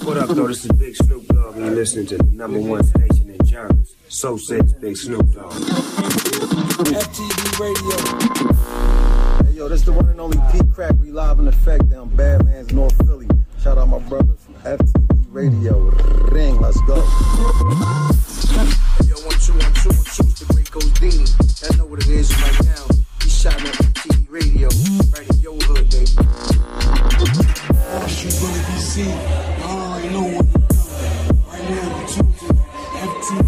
What up, though? This is Big Snoop Dogg, and you're listening to the #1 station in genres. So says Big Snoop Dogg. FTV Radio. Hey, yo, this is the one and only Pete Crack. We live in effect down Badlands, North Philly. Shout out my brothers from FTV Radio. Ring, let's go. Yo, 1 2 1 2 1 2, it's the great Godini. I know what it is right now. He shot at FTV Radio, right in your hood, baby. Street gonna be seen. I already know what you're doing. Right now, you tuned to FTV.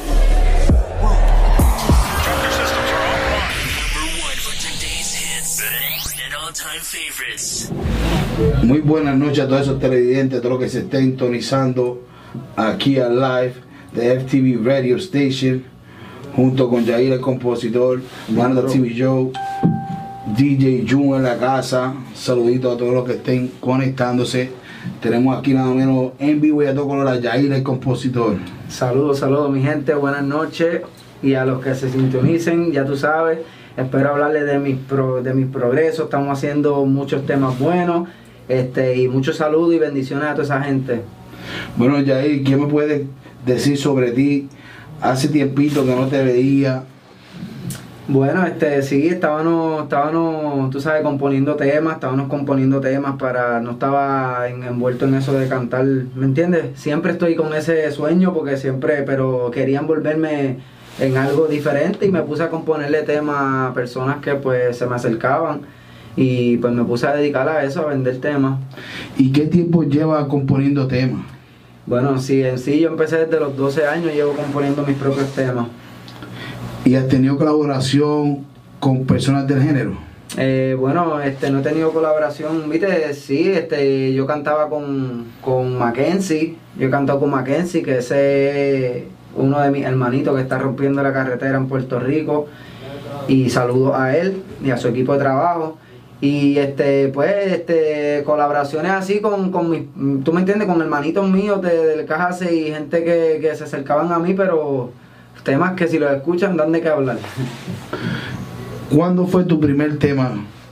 Trucker systems are offline. #1 for today's hits and all-time favorites. Muy buenas noches a todos esos televidentes, a todos los que se estén sintonizando aquí al live de FTV Radio Station, junto con Jair el compositor, Wanda TV Joe, DJ Jun en la casa. Saluditos a todos los que estén conectándose. Tenemos aquí nada menos en vivo y a todo color a Jair el compositor. Saludos mi gente, buenas noches. Y a los que se sintonicen, ya tú sabes, espero hablarles de mis progresos. Estamos haciendo muchos temas buenos, y muchos saludos y bendiciones a toda esa gente. Bueno, Jair, ¿qué me puedes decir sobre ti? Hace tiempito que no te veía. Bueno, sí, estábamos, tú sabes, componiendo temas para, no estaba envuelto en eso de cantar, ¿me entiendes? Siempre estoy con ese sueño pero quería envolverme en algo diferente y me puse a componerle temas a personas que pues se me acercaban y pues me puse a dedicar a eso, a vender temas. ¿Y qué tiempo llevas componiendo temas? Bueno, sí, en sí yo empecé desde los 12 años, llevo componiendo mis propios temas. ¿Y has tenido colaboración con personas del género? Bueno, no he tenido colaboración, viste, sí, yo cantaba con Mackenzie, yo he cantado con Mackenzie, que ese es uno de mis hermanitos que está rompiendo la carretera en Puerto Rico, y saludo a él y a su equipo de trabajo. Y colaboraciones así con tú me entiendes, con hermanitos míos del Caja 6 y gente que se acercaban a mí, pero temas que si los escuchan dan de qué hablar. ¿Cuándo fue tu primer tema?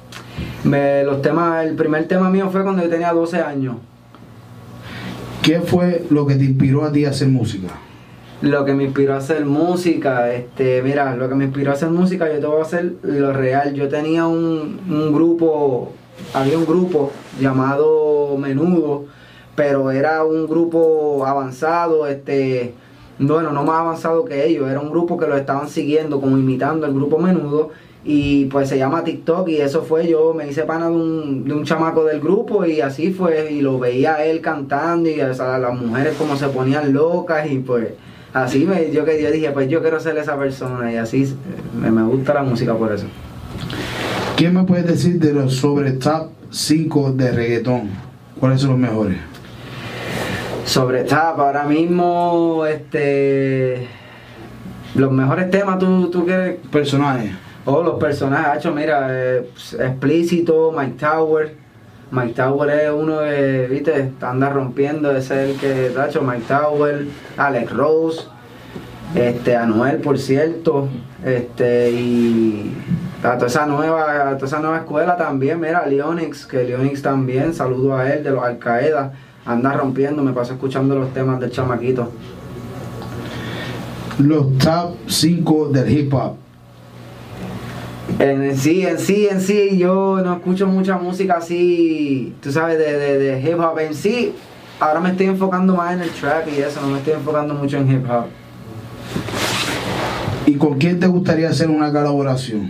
El primer tema mío fue cuando yo tenía 12 años. ¿Qué fue lo que te inspiró a ti a hacer música? Lo que me inspiró a hacer música, mira, lo que me inspiró a hacer música, yo te voy a hacer lo real. Yo tenía un grupo, había un grupo llamado Menudo, pero era un grupo avanzado, bueno, no más avanzado que ellos, era un grupo que lo estaban siguiendo, como imitando el grupo Menudo, y pues se llama TikTok, y eso fue, yo me hice pana de un chamaco del grupo, y así fue, y lo veía él cantando, y las mujeres como se ponían locas, y pues así yo dije, pues yo quiero ser esa persona, y así me gusta la música por eso. ¿Qué me puedes decir de los sobre top 5 de reggaetón? ¿Cuáles son los mejores? Sobre top, ahora mismo, los mejores temas, ¿tú quieres? Personajes. Los personajes, mira, Explícito, Mike Tower. Mike Tower es uno que, viste, anda rompiendo, ese es el que, Mike Tower, Alex Rose, Anuel, por cierto, y a toda esa nueva escuela también, mira, Leonix también, saludo a él, de los Al Qaeda, anda rompiendo, me paso escuchando los temas del chamaquito. Los top 5 del hip hop. En sí, yo no escucho mucha música así, tú sabes, de hip hop en sí. Ahora me estoy enfocando más en el trap y eso, no me estoy enfocando mucho en hip hop. ¿Y con quién te gustaría hacer una colaboración?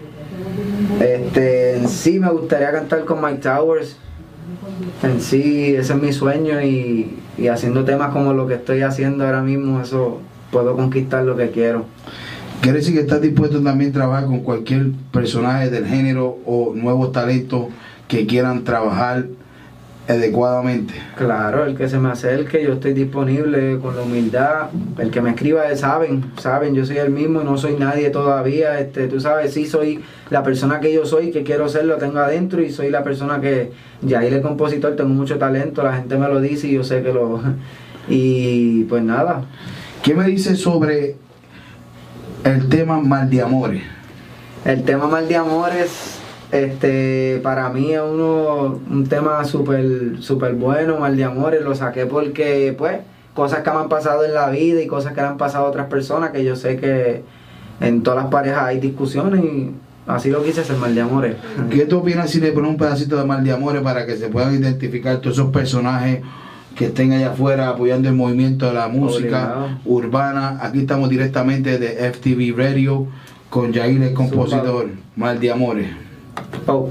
En sí me gustaría cantar con Mike Towers. En sí, ese es mi sueño y haciendo temas como lo que estoy haciendo ahora mismo, eso puedo conquistar lo que quiero. ¿Quiere decir que estás dispuesto también a trabajar con cualquier personaje del género o nuevos talentos que quieran trabajar adecuadamente? Claro, el que se me acerque, yo estoy disponible con la humildad. El que me escriba, saben, yo soy el mismo, no soy nadie todavía. Tú sabes, sí soy la persona que yo soy, que quiero ser, lo tengo adentro, y soy la persona que, Jair el compositor, tengo mucho talento, la gente me lo dice y yo sé que lo... Y pues nada. ¿Qué me dices sobre el tema Mal de Amores? El tema Mal de Amores, Para mí es un tema súper bueno, Mal de Amores. Lo saqué porque, pues, cosas que me han pasado en la vida y cosas que le han pasado a otras personas, que yo sé que en todas las parejas hay discusiones y así lo quise hacer, Mal de Amores. ¿Qué tú opinas si le pones un pedacito de Mal de Amores para que se puedan identificar todos esos personajes que estén allá afuera apoyando el movimiento de la música urbana? Aquí estamos directamente de FTV Radio con Yair el compositor. Mal de Amores. Oh.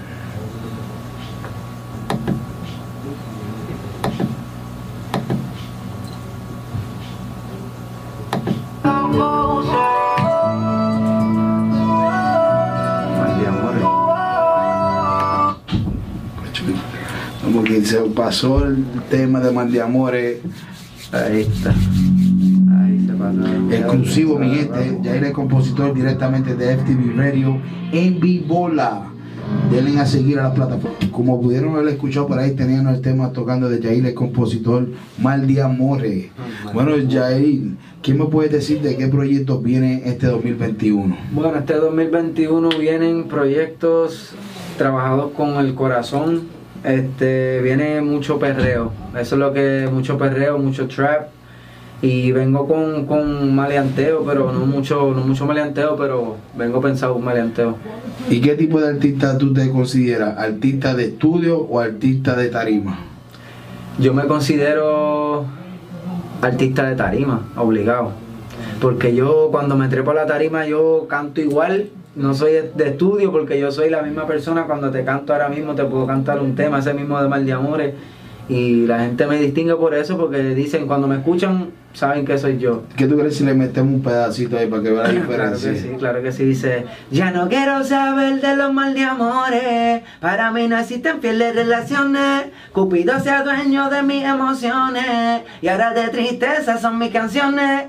Como que se pasó el tema de Mal de Amores. Ahí está. Ahí se pasó. Exclusivo, mi gente. Yair el compositor directamente de FTV Radio en Vivola. Denle a seguir a la plataforma. Como pudieron haber escuchado por ahí, tenían el tema tocando de Yair el compositor, Mal de Amores. Bueno, Yair, ¿qué me puedes decir de qué proyectos vienen este 2021? Bueno, este 2021 vienen proyectos trabajados con el corazón. Viene mucho perreo. Eso es lo que, mucho perreo, mucho trap. Y vengo con maleanteo, pero no mucho maleanteo, pero vengo pensado un maleanteo. ¿Y qué tipo de artista tú te consideras? ¿Artista de estudio o artista de tarima? Yo me considero artista de tarima, obligado. Porque yo cuando me trepo a la tarima yo canto igual. No soy de estudio porque yo soy la misma persona. Cuando te canto ahora mismo te puedo cantar un tema, ese mismo de Mal de Amores. Y la gente me distingue por eso, porque dicen, cuando me escuchan, saben que soy yo. ¿Qué tú crees si le metemos un pedacito ahí para que vea la diferencia? Claro que sí, dice: ya no quiero saber de los mal de amores, para mí no existen fieles relaciones, Cupido sea dueño de mis emociones, y ahora de tristeza son mis canciones,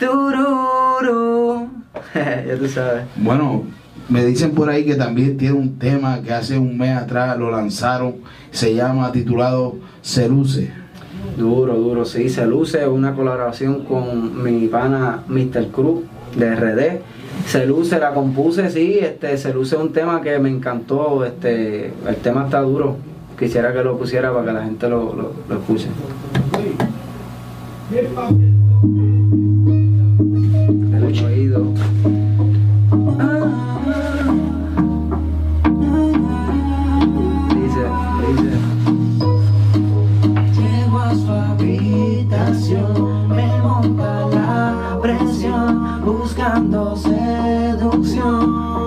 tururú. Ya tú sabes. Bueno, me dicen por ahí que también tiene un tema que hace un mes atrás lo lanzaron, se llama, titulado Se Luce. Duro, sí, Se Luce, una colaboración con mi pana Mr. Cruz de RD. Se Luce, la compuse, sí, Se Luce es un tema que me encantó, el tema está duro, quisiera que lo pusiera para que la gente lo escuche. El oído. Me monta la presión, buscando seducción.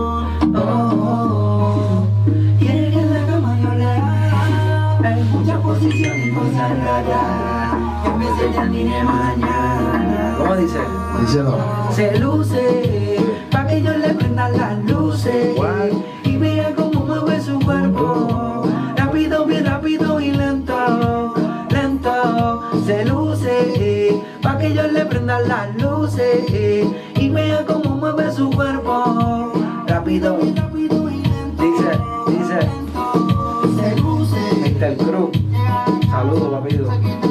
Quiere que en la cama yo le haga, hay muchas posiciones y cosas raras, que en vez de ya ni de mañana. ¿Cómo dice? Díselo. Se luce, pa' que yo le prenda las luces y vea cómo mueve su cuerpo, rápido, bien rápido y lento. Se luce, pa' que yo le prenda las luces y vea cómo mueve su cuerpo, rápido y lento. Dice Se luce, Mr. Cruz, saludos papito.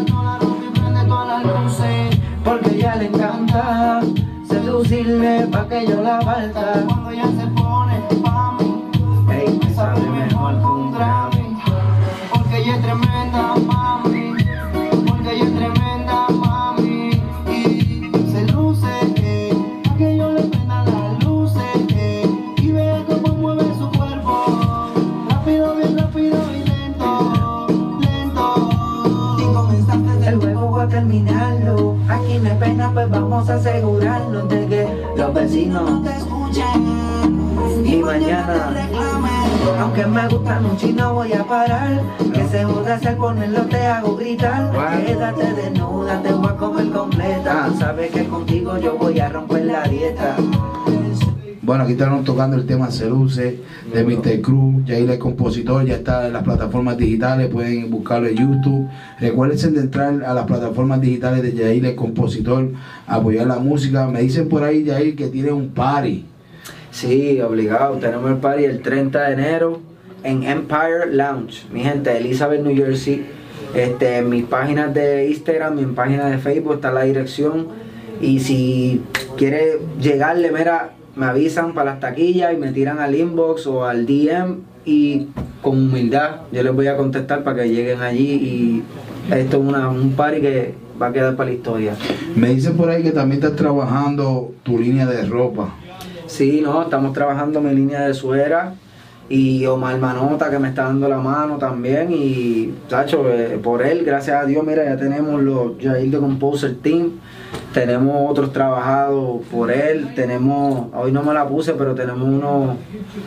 Porque ella le encanta seducirme pa' que yo la falta. Cuando ella se pone pa' mí, Ey, me sabe mejor que un Grammy. porque ella es tremenda mami, porque ella es tremenda mami. Y se luce, pa' que yo le prenda las luces y vea cómo mueve su cuerpo, rápido, bien rápido y lento, lento. Y comenzaste el juego, voy a terminarlo. Aquí no hay pena, pues vamos a asegurarnos de que los vecinos no te escuchen y mañana te reclamen. Aunque me gusta mucho y no voy a parar, que se joda si al ponerlo te hago gritar. Quédate desnuda, te voy a comer completa. Tú sabes que contigo yo voy a romper la dieta. Bueno, aquí están tocando el tema Se Luce de Mr. Cruz. Yair el compositor, ya está en las plataformas digitales, pueden buscarlo en YouTube. Recuerden de entrar a las plataformas digitales de Yair el compositor, apoyar la música. Me dicen por ahí, Yair, que tiene un party. Sí, obligado, tenemos el party el 30 de enero en Empire Lounge, mi gente, Elizabeth, New Jersey. En mis páginas de Instagram, mi página de Facebook está la dirección. Y si quiere llegarle, mira, me avisan para las taquillas y me tiran al inbox o al DM y con humildad yo les voy a contestar para que lleguen allí y esto es un party que va a quedar para la historia. Me dicen por ahí que también estás trabajando tu línea de ropa. Sí, no, estamos trabajando mi línea de suera y Omar Manota que me está dando la mano también y chacho, por él, gracias a Dios, mira, ya tenemos los Jair The Composer Team, tenemos otros trabajados por él, tenemos, hoy no me la puse, pero tenemos unos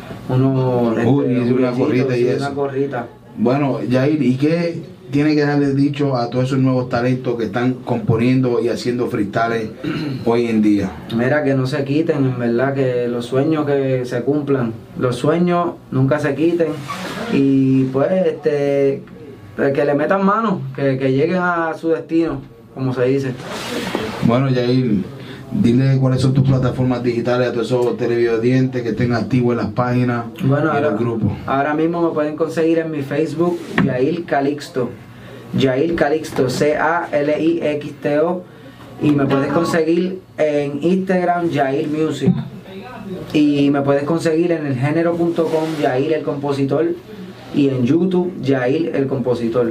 una gorrita y eso. Una gorrita. Bueno, Jair, ¿y qué tiene que darle dicho a todos esos nuevos talentos que están componiendo y haciendo freestyles hoy en día? Mira, que no se quiten, en verdad, que los sueños que se cumplan, los sueños nunca se quiten y pues que le metan mano, que lleguen a su destino, como se dice. Bueno, Jair, dile cuáles son tus plataformas digitales a todos esos televidentes que estén activos en las páginas bueno, y en los grupos. Ahora mismo me pueden conseguir en mi Facebook, Jair Calixto. Jair Calixto, Calixto. Y me puedes conseguir en Instagram, Jair Music. Y me puedes conseguir en elgénero.com, Jair el Compositor. Y en YouTube, Jair el Compositor.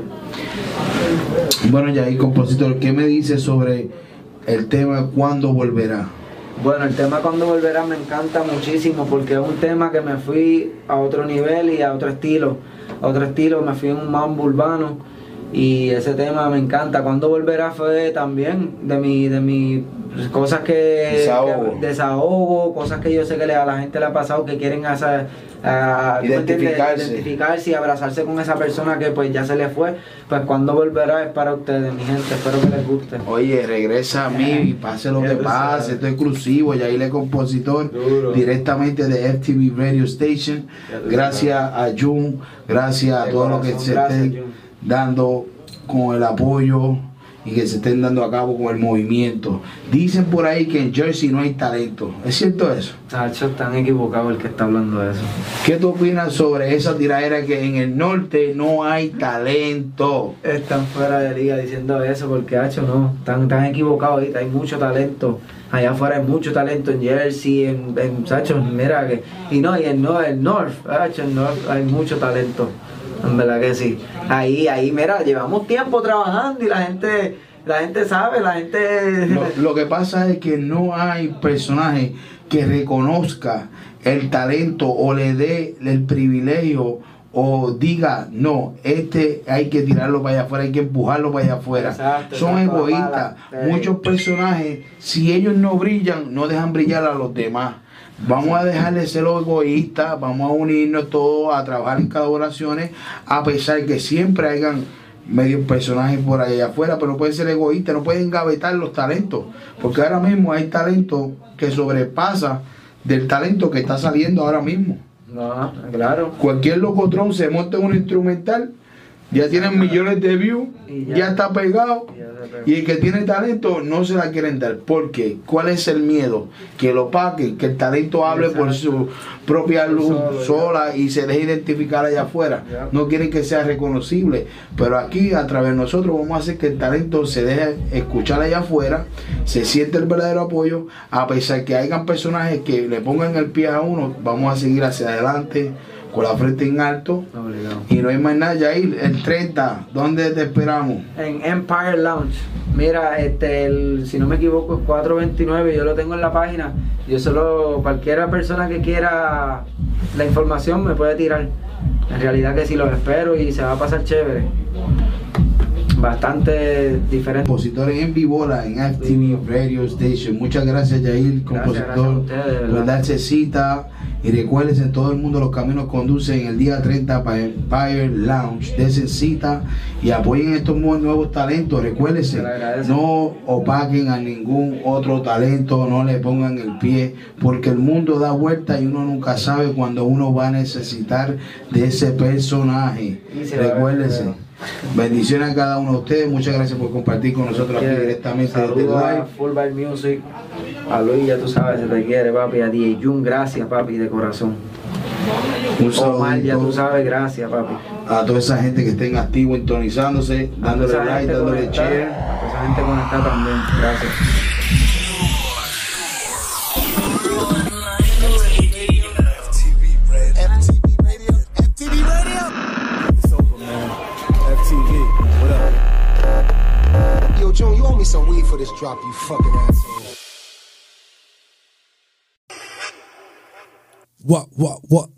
Bueno, Jair Compositor, ¿qué me dices sobre el tema ¿Cuándo volverá? Bueno, el tema Cuándo volverá me encanta muchísimo porque es un tema que me fui a otro nivel y a otro estilo. Me fui en un mambo urbano y ese tema me encanta. Cuándo volverá fue también de mi cosas que desahogo, cosas que yo sé que a la gente le ha pasado, que quieren identificarse y abrazarse con esa persona que pues ya se le fue. Pues Cuándo volverá es para ustedes, mi gente, espero que les guste. Oye, regresa a mí y pase lo que pase, esto es exclusivo, Jair el Compositor, duro, directamente de FTV Radio Station. Gracias a Jun, gracias a todos los que se estén dando con el apoyo y que se estén dando a cabo con el movimiento. Dicen por ahí que en Jersey no hay talento. ¿Es cierto eso? Tacho, están equivocados el que está hablando de eso. ¿Qué tú opinas sobre esa tiradera que en el norte no hay talento? Están fuera de liga diciendo eso porque, hacho, no, están equivocados ahorita, hay mucho talento. Allá afuera hay mucho talento en Jersey, en Sacho, mira que... Y no, y el North, Sacho, el North hay mucho talento. En verdad que sí. Ahí, mira, llevamos tiempo trabajando y la gente sabe, la gente... Lo que pasa es que no hay personaje que reconozca el talento o le dé el privilegio o diga, no, hay que tirarlo para allá afuera, hay que empujarlo para allá afuera. Son egoístas. Muchos personajes, si ellos no brillan, no dejan brillar a los demás. Vamos a dejar de ser los egoístas, vamos a unirnos todos a trabajar en colaboraciones, a pesar que siempre hayan medios personajes por allá afuera, pero no pueden ser egoístas, no pueden engavetar los talentos, porque ahora mismo hay talento que sobrepasa del talento que está saliendo ahora mismo. No, claro. Cualquier locotrón se monta en un instrumental, ya tienen millones de views, ya está pegado. Y el que tiene talento no se la quieren dar. ¿Por qué? ¿Cuál es el miedo? Que lo paguen, que el talento hable por su propia luz sola y se deje identificar allá afuera. No quieren que sea reconocible. Pero aquí, a través de nosotros, vamos a hacer que el talento se deje escuchar allá afuera, se siente el verdadero apoyo, a pesar que hayan personajes que le pongan el pie a uno, vamos a seguir hacia adelante con la frente en alto. Obligado. Y no hay más nada, Jair. El 30, ¿dónde te esperamos? En Empire Lounge. Mira, si no me equivoco es 429, yo lo tengo en la página. Yo solo, cualquiera persona que quiera la información me puede tirar. En realidad que sí, los espero y se va a pasar chévere. Bastante diferente. Compositores en Vivola, en FTV Radio Station. Muchas gracias, Jair, compositor, por darse cita. Y recuerden, todo el mundo, los caminos conducen el día 30 para Empire Lounge. Desen cita y apoyen estos nuevos talentos. Recuérdense, no opaquen a ningún otro talento, no le pongan el pie, porque el mundo da vuelta y uno nunca sabe cuando uno va a necesitar de ese personaje. Recuérdense. Bendiciones a cada uno de ustedes. Muchas gracias por compartir con nosotros aquí directamente desde live. Full Vibe Music. A Luis, ya tú sabes, se te quiere, papi. A DJ Jun, gracias, papi, de corazón. Un saludo. Omar, ya tú sabes, gracias, papi. A toda esa gente que estén activos, intonizándose, dándole like, dándole share. A toda esa gente conectada también. Gracias. June, you owe me some weed for this drop, you fucking asshole. What?